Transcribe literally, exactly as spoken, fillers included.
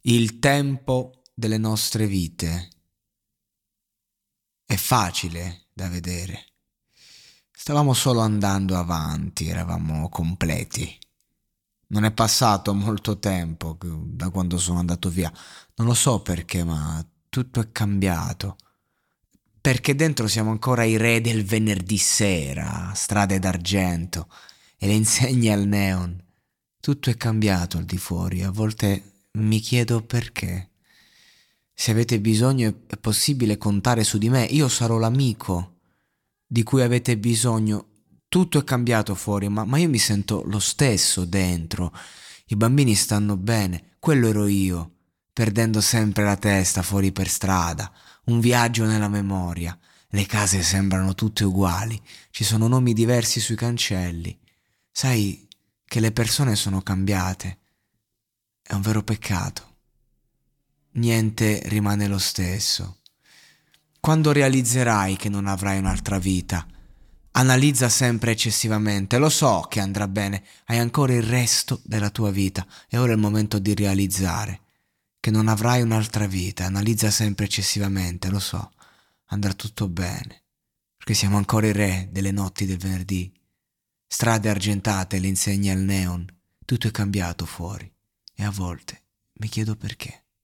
Il tempo delle nostre vite è facile da vedere. Stavamo solo andando avanti, eravamo completi. Non è passato molto tempo da quando sono andato via. Non lo so perché, ma tutto è cambiato. Perché dentro siamo ancora i re del venerdì sera, strade d'argento e le insegne al neon. Tutto è cambiato al di fuori. A volte mi chiedo perché. Se avete bisogno è possibile contare su di me. Io sarò l'amico di cui avete bisogno. Tutto è cambiato fuori, ma, ma io mi sento lo stesso dentro. I bambini stanno bene. Quello ero io, perdendo sempre la testa fuori per strada. Un viaggio nella memoria. Le case sembrano tutte uguali. Ci sono nomi diversi sui cancelli. Sai che le persone sono cambiate. È un vero peccato. Niente rimane lo stesso. Quando realizzerai che non avrai un'altra vita, analizza sempre eccessivamente. Lo so che andrà bene, hai ancora il resto della tua vita e ora è il momento di realizzare che non avrai un'altra vita. Analizza sempre eccessivamente, lo so, andrà tutto bene, perché siamo ancora i re delle notti del venerdì. Strade argentate, le insegne al neon, tutto è cambiato fuori e a volte mi chiedo perché.